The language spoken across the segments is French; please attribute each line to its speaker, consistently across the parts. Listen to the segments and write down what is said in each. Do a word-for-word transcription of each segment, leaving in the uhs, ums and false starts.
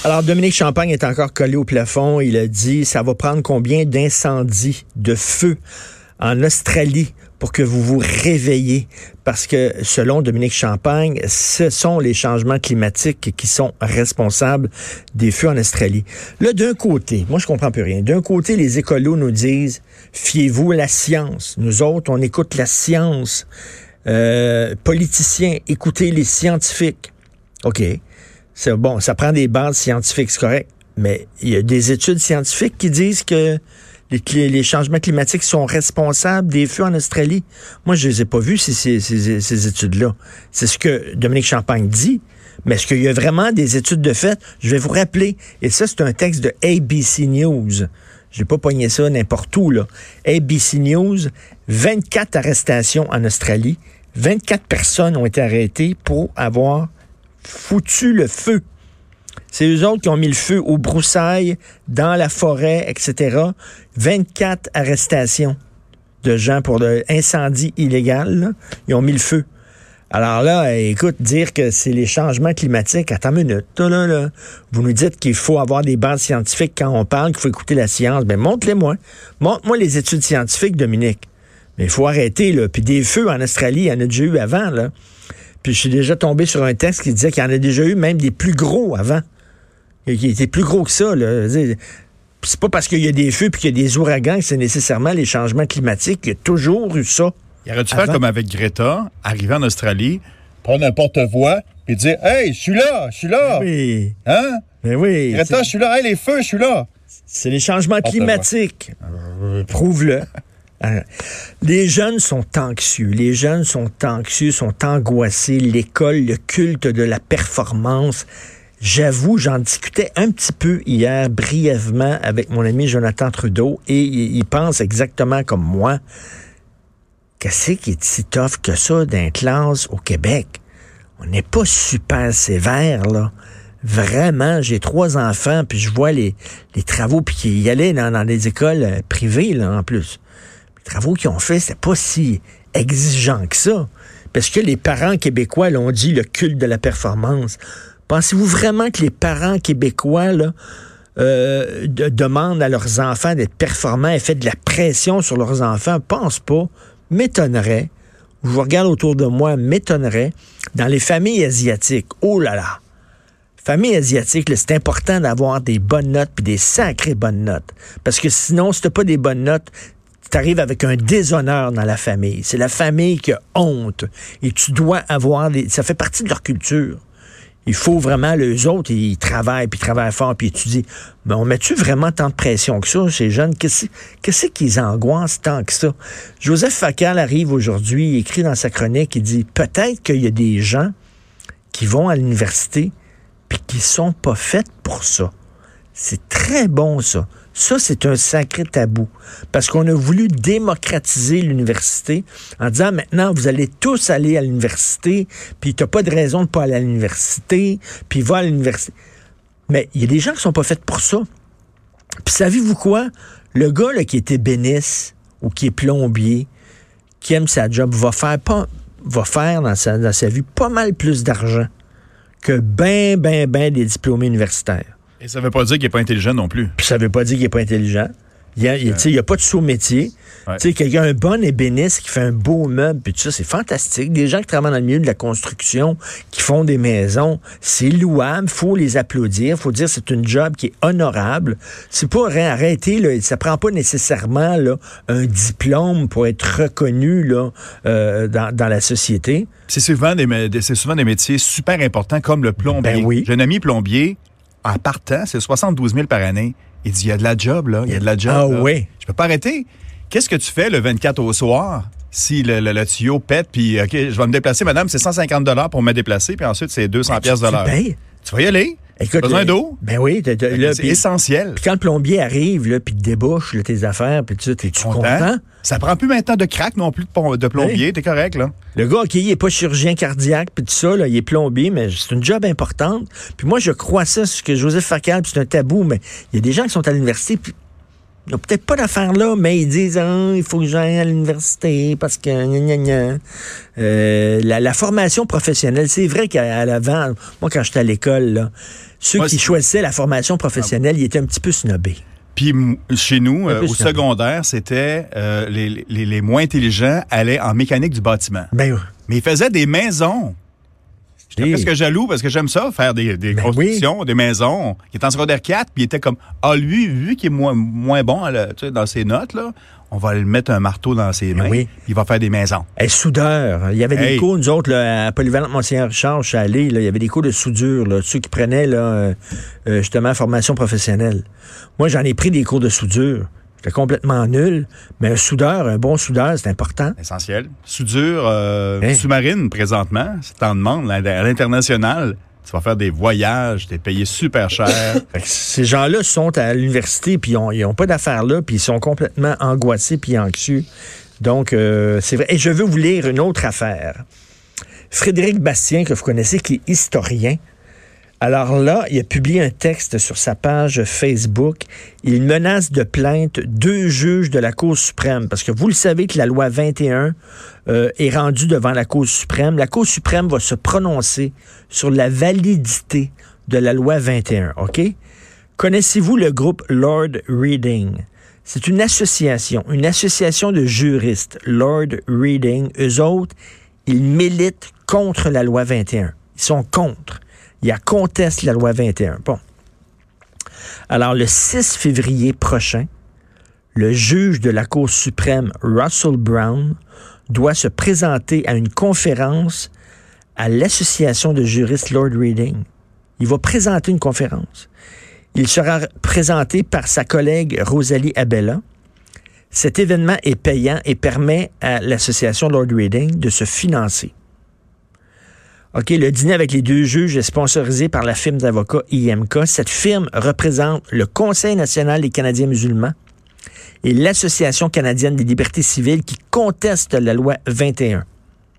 Speaker 1: Alors, Dominique Champagne est encore collé au plafond. Il a dit, ça va prendre combien d'incendies, de feux en Australie pour que vous vous réveillez? Parce que, selon Dominique Champagne, ce sont les changements climatiques qui sont responsables des feux en Australie. Là, d'un côté, moi, je comprends plus rien. D'un côté, les écolos nous disent, fiez-vous à la science. Nous autres, on écoute la science. Euh, politiciens, écoutez les scientifiques. OK. C'est bon, ça prend des bases scientifiques, c'est correct. Mais il y a des études scientifiques qui disent que les, les changements climatiques sont responsables des feux en Australie. Moi, je les ai pas vus, ces, ces, ces, ces études-là. C'est ce que Dominique Champagne dit. Mais est-ce qu'il y a vraiment des études de fait? Je vais vous rappeler. Et ça, c'est un texte de A B C News. J'ai pas pogné ça n'importe où, là. A B C News, vingt-quatre arrestations en Australie. vingt-quatre personnes ont été arrêtées pour avoir foutu le feu. C'est eux autres qui ont mis le feu aux broussailles, dans la forêt, et cetera. vingt-quatre arrestations de gens pour l'incendie illégal, là. Ils ont mis le feu. Alors là, écoute, dire que c'est les changements climatiques, attends une minute, là, là, vous nous dites qu'il faut avoir des bases scientifiques quand on parle, qu'il faut écouter la science. Ben, montre-les-moi. Montre-moi les études scientifiques, Dominique. Mais il faut arrêter, là. Puis des feux en Australie, il y en a déjà eu avant, là. Puis je suis déjà tombé sur un texte qui disait qu'il y en a déjà eu même des plus gros avant. Qui étaient plus gros que ça, là. C'est pas parce qu'il y a des feux puis qu'il y a des ouragans que c'est nécessairement les changements climatiques. Il y a toujours eu ça.
Speaker 2: Il aurait dû faire comme avec Greta, arriver en Australie, prendre un porte-voix et dire « Hey, je suis là, je suis là! »
Speaker 1: Oui.
Speaker 2: Hein?
Speaker 1: Mais oui.
Speaker 2: Greta, je suis là. Hey, les feux, je suis là.
Speaker 1: C'est les changements climatiques. Euh, prouve-le. Les jeunes sont anxieux. Les jeunes sont anxieux, sont angoissés. L'école, le culte de la performance. J'avoue, j'en discutais un petit peu hier, brièvement, avec mon ami Jonathan Trudeau, et il, il pense exactement comme moi. Qu'est-ce qui est si tough que ça dans les classes au Québec? On n'est pas super sévère, là. Vraiment, j'ai trois enfants, puis je vois les, les travaux, puis qu'ils y allaient dans, dans des écoles privées, là, en plus. Les travaux qu'ils ont fait, c'est pas si exigeant que ça. Parce que les parents québécois l'ont dit, le culte de la performance. Pensez-vous vraiment que les parents québécois là, euh, de, demandent à leurs enfants d'être performants et fait de la pression sur leurs enfants? Pense pas. M'étonnerait. Je regarde autour de moi, m'étonnerait. Dans les familles asiatiques, oh là là! Famille asiatique, là, c'est important d'avoir des bonnes notes puis des sacrées bonnes notes. Parce que sinon, si t'as pas des bonnes notes, t'arrives avec un déshonneur dans la famille. C'est la famille qui a honte. Et tu dois avoir des... Ça fait partie de leur culture. Il faut vraiment, les autres, ils travaillent, puis ils travaillent fort, puis étudient. Mais on met-tu vraiment tant de pression que ça, ces jeunes? Qu'est-ce, qu'est-ce qu'ils angoissent tant que ça? Joseph Facal arrive aujourd'hui, il écrit dans sa chronique, il dit, peut-être qu'il y a des gens qui vont à l'université, puis qui sont pas faits pour ça. C'est très bon, ça. Ça, c'est un sacré tabou. Parce qu'on a voulu démocratiser l'université en disant, maintenant, vous allez tous aller à l'université, puis t'as pas de raison de pas aller à l'université, puis va à l'université. Mais il y a des gens qui sont pas faits pour ça. Puis savez-vous quoi? Le gars là, qui est ébéniste ou qui est plombier, qui aime sa job, va faire, pas, va faire dans, sa, dans sa vie pas mal plus d'argent que ben, ben, ben des diplômés universitaires.
Speaker 2: Et ça veut pas dire qu'il n'est pas intelligent non plus.
Speaker 1: Puis ça veut pas dire qu'il n'est pas intelligent. Il n'y a, euh... a pas de sous-métier. Ouais. Quelqu'un, un bon ébéniste qui fait un beau meuble, puis tout ça, c'est fantastique. Des gens qui travaillent dans le milieu de la construction, qui font des maisons, c'est louable, faut les applaudir, faut dire que c'est une job qui est honorable. C'est pas arrêter, là, ça prend pas nécessairement là, un diplôme pour être reconnu là, euh, dans, dans la société.
Speaker 2: C'est souvent des, c'est souvent des métiers super importants comme le plombier.
Speaker 1: Ben oui.
Speaker 2: J'ai un ami plombier, en partant, c'est soixante-douze mille par année. Il dit, il y a de la job, là. Il y a de la job.
Speaker 1: Ah
Speaker 2: là.
Speaker 1: oui.
Speaker 2: Je peux pas arrêter. Qu'est-ce que tu fais le vingt-quatre au soir si le, le, le tuyau pète, puis, OK, je vais me déplacer, madame, c'est cent cinquante dollars pour me déplacer, puis ensuite, c'est deux cents pièces de l'heure. Tu vas y aller.
Speaker 1: Écoute,
Speaker 2: besoin
Speaker 1: le,
Speaker 2: d'eau?
Speaker 1: Ben oui. T'as, t'as, là,
Speaker 2: c'est
Speaker 1: pis,
Speaker 2: essentiel.
Speaker 1: Puis quand le plombier arrive, là, puis te débouche là, tes affaires, puis tu es content? content?
Speaker 2: Ça prend plus maintenant de crack non plus de, de plombier, oui. T'es correct, là.
Speaker 1: Le gars, OK, il est pas chirurgien cardiaque, puis tout ça, là, il est plombier, mais c'est une job importante. Puis moi, je crois ça, ce que Joseph Facal, puis c'est un tabou, mais il y a des gens qui sont à l'université, puis Ils n'ont peut-être pas d'affaires là, mais ils disent ah, il faut que j'aille à l'université parce que gna, gna, gna. Euh, la, la formation professionnelle, c'est vrai qu'à l'avant, moi quand j'étais à l'école, là, ceux ouais, qui c'est... choisissaient la formation professionnelle, ah. ils étaient un petit peu snobés.
Speaker 2: Puis chez nous, euh, au secondaire, c'était euh, les, les, les moins intelligents allaient en mécanique du bâtiment.
Speaker 1: Ben,
Speaker 2: mais ils faisaient des maisons. J'étais oui. presque jaloux parce que j'aime ça, faire des, des ben constructions, oui. des maisons. Il est en secondaire quatre, puis il était comme, ah, lui, vu qu'il est moins, moins bon là, tu sais, dans ses notes, là, on va lui mettre un marteau dans ses mains, oui. il va faire des maisons.
Speaker 1: Hey, soudeur. Il y avait hey. des cours, nous autres, là, à Polyvalente Monseigneur-Richard, je suis allé, là, il y avait des cours de soudure, là, ceux qui prenaient, là, euh, justement, formation professionnelle. Moi, j'en ai pris des cours de soudure. C'était complètement nul, mais un soudeur, un bon soudeur, c'est important.
Speaker 2: Essentiel. Soudure euh, hein? sous-marine, présentement, c'est en demande à l'international. Tu vas faire des voyages, t'es payé super cher.
Speaker 1: Ces gens-là sont à l'université, puis ils n'ont pas d'affaires là, puis ils sont complètement angoissés puis anxieux. Donc, euh, c'est vrai. Et je veux vous lire une autre affaire. Frédéric Bastien, que vous connaissez, qui est historien, alors là, il a publié un texte sur sa page Facebook. Il menace de plainte deux juges de la Cour suprême. Parce que vous le savez que la loi vingt et un euh, est rendue devant la Cour suprême. La Cour suprême va se prononcer sur la validité de la loi vingt et un. OK? Connaissez-vous le groupe Lord Reading? C'est une association, une association de juristes. Lord Reading, eux autres, ils militent contre la loi vingt et un. Ils sont contre. Il conteste la loi vingt et un. Bon. Alors, le six février prochain, le juge de la Cour suprême, Russell Brown, doit se présenter à une conférence à l'Association de juristes Lord Reading. Il va présenter une conférence. Il sera présenté par sa collègue Rosalie Abella. Cet événement est payant et permet à l'Association Lord Reading de se financer. OK, le dîner avec les deux juges est sponsorisé par la firme d'avocats I M K. Cette firme représente le Conseil national des Canadiens musulmans et l'Association canadienne des libertés civiles qui conteste la loi vingt et un.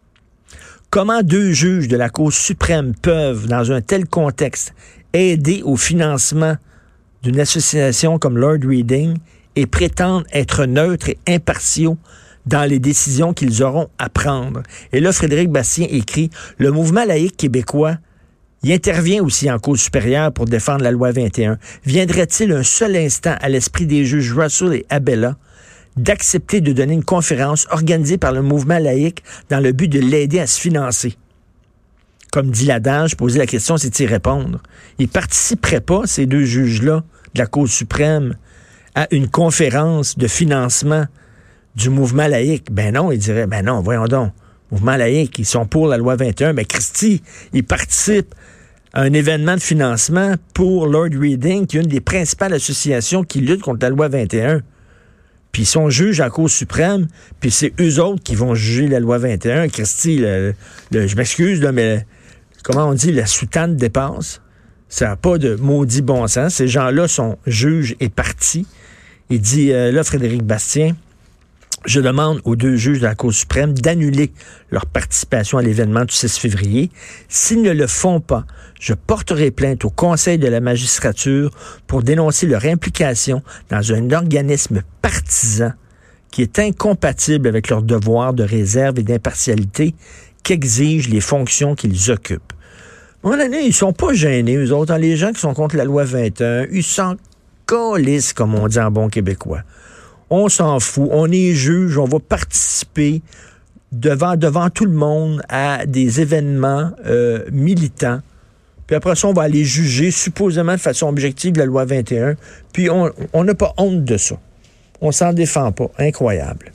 Speaker 1: Comment deux juges de la Cour suprême peuvent, dans un tel contexte, aider au financement d'une association comme Lord Reading et prétendre être neutres et impartiaux dans les décisions qu'ils auront à prendre. Et là, Frédéric Bastien écrit, « Le mouvement laïque québécois, il intervient aussi en Cour supérieure pour défendre la loi vingt et un. Viendrait-il un seul instant à l'esprit des juges Russell et Abella d'accepter de donner une conférence organisée par le mouvement laïque dans le but de l'aider à se financer? » Comme dit l'adage, poser la question, c'est d'y répondre. Ils ne participeraient pas, ces deux juges-là, de la Cour suprême, à une conférence de financement du mouvement laïque. Ben non, il dirait, ben non, voyons donc, mouvement laïque, ils sont pour la loi vingt et un, mais Christy, ils participent à un événement de financement pour Lord Reading, qui est une des principales associations qui luttent contre la loi vingt et un. Puis ils sont juges à la Cour suprême, puis c'est eux autres qui vont juger la loi vingt et un. Christy, le, le, je m'excuse, là, mais comment on dit, la soutane dépasse. Ça n'a pas de maudit bon sens. Ces gens-là sont juges et partis. Il dit, euh, là, Frédéric Bastien, je demande aux deux juges de la Cour suprême d'annuler leur participation à l'événement du six février. S'ils ne le font pas, je porterai plainte au Conseil de la magistrature pour dénoncer leur implication dans un organisme partisan qui est incompatible avec leur devoir de réserve et d'impartialité qu'exigent les fonctions qu'ils occupent. À un moment donné, ils sont pas gênés, eux autres. Les gens qui sont contre la loi vingt et un, ils s'en calissent, comme on dit en bon québécois. On s'en fout, on est juge, on va participer devant, devant tout le monde à des événements euh, militants. Puis après ça, on va aller juger supposément de façon objective la loi vingt et un. Puis on n'a pas honte de ça. On s'en défend pas. Incroyable.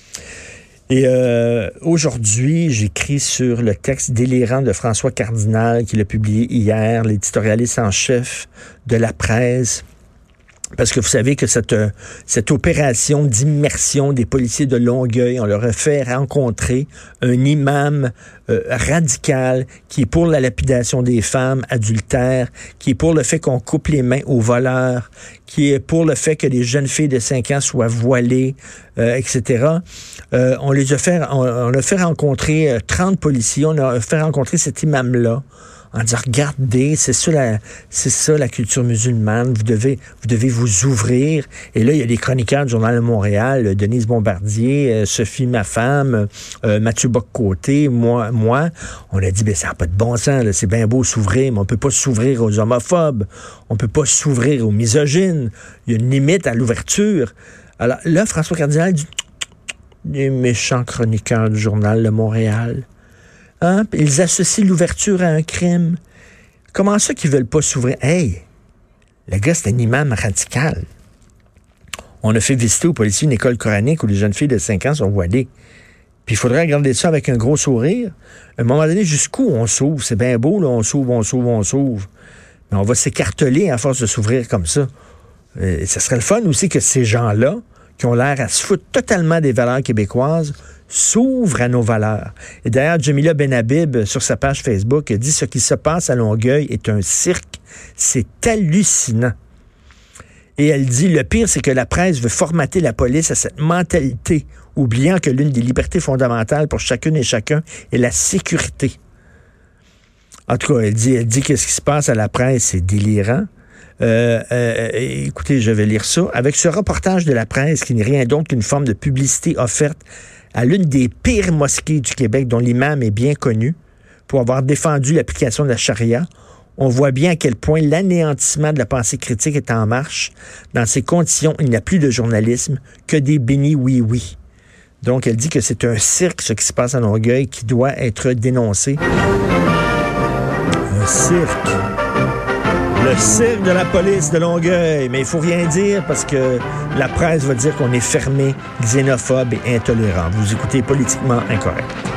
Speaker 1: Et euh, aujourd'hui, j'écris sur le texte délirant de François Cardinal qu'il a publié hier, l'éditorialiste en chef de la presse. Parce que vous savez que cette, cette opération d'immersion des policiers de Longueuil, on leur a fait rencontrer un imam euh, radical qui est pour la lapidation des femmes adultères, qui est pour le fait qu'on coupe les mains aux voleurs, qui est pour le fait que les jeunes filles de cinq ans soient voilées, euh, et cetera. Euh, on les a fait, on, on a fait rencontrer trente policiers, on a fait rencontrer cet imam-là en disant, regardez, c'est ça la, c'est ça la culture musulmane, vous devez, vous devez vous ouvrir. Et là, il y a des chroniqueurs du Journal de Montréal, Denise Bombardier, Sophie, ma femme, euh, Mathieu Bock-Côté, moi, moi, on a dit, ben ça n'a pas de bon sens, là, c'est bien beau s'ouvrir, mais on peut pas s'ouvrir aux homophobes, on peut pas s'ouvrir aux misogynes, il y a une limite à l'ouverture. Alors là, François Cardinal dit, les méchants chroniqueurs du Journal de Montréal. Hein? Ils associent l'ouverture à un crime. Comment ça qu'ils veulent pas s'ouvrir? Hey, le gars, c'est un imam radical. On a fait visiter aux policiers une école coranique où les jeunes filles de cinq ans sont voilées. Puis il faudrait regarder ça avec un gros sourire. À un moment donné, jusqu'où on s'ouvre? C'est bien beau, là, on s'ouvre, on s'ouvre, on s'ouvre. Mais on va s'écarteler à force de s'ouvrir comme ça. Et ça serait le fun aussi que ces gens-là, qui ont l'air à se foutre totalement des valeurs québécoises, s'ouvrent à nos valeurs. Et d'ailleurs, Jamila Benhabib, sur sa page Facebook, dit « Ce qui se passe à Longueuil est un cirque. C'est hallucinant. » Et elle dit « Le pire, c'est que la presse veut formater la police à cette mentalité, oubliant que l'une des libertés fondamentales pour chacune et chacun est la sécurité. » En tout cas, elle dit, elle dit que ce qui se passe à la presse, c'est délirant. Euh, euh, écoutez, je vais lire ça. Avec ce reportage de la presse, qui n'est rien d'autre qu'une forme de publicité offerte à l'une des pires mosquées du Québec, dont l'imam est bien connu, pour avoir défendu l'application de la charia, on voit bien à quel point l'anéantissement de la pensée critique est en marche. Dans ces conditions, il n'y a plus de journalisme que des bénis oui-oui. Donc, elle dit que c'est un cirque, ce qui se passe à Longueuil, qui doit être dénoncé. Un cirque. Le cirque de la police de Longueuil. Mais il faut rien dire parce que la presse va dire qu'on est fermé, xénophobe et intolérant. Vous écoutez Politiquement Incorrect.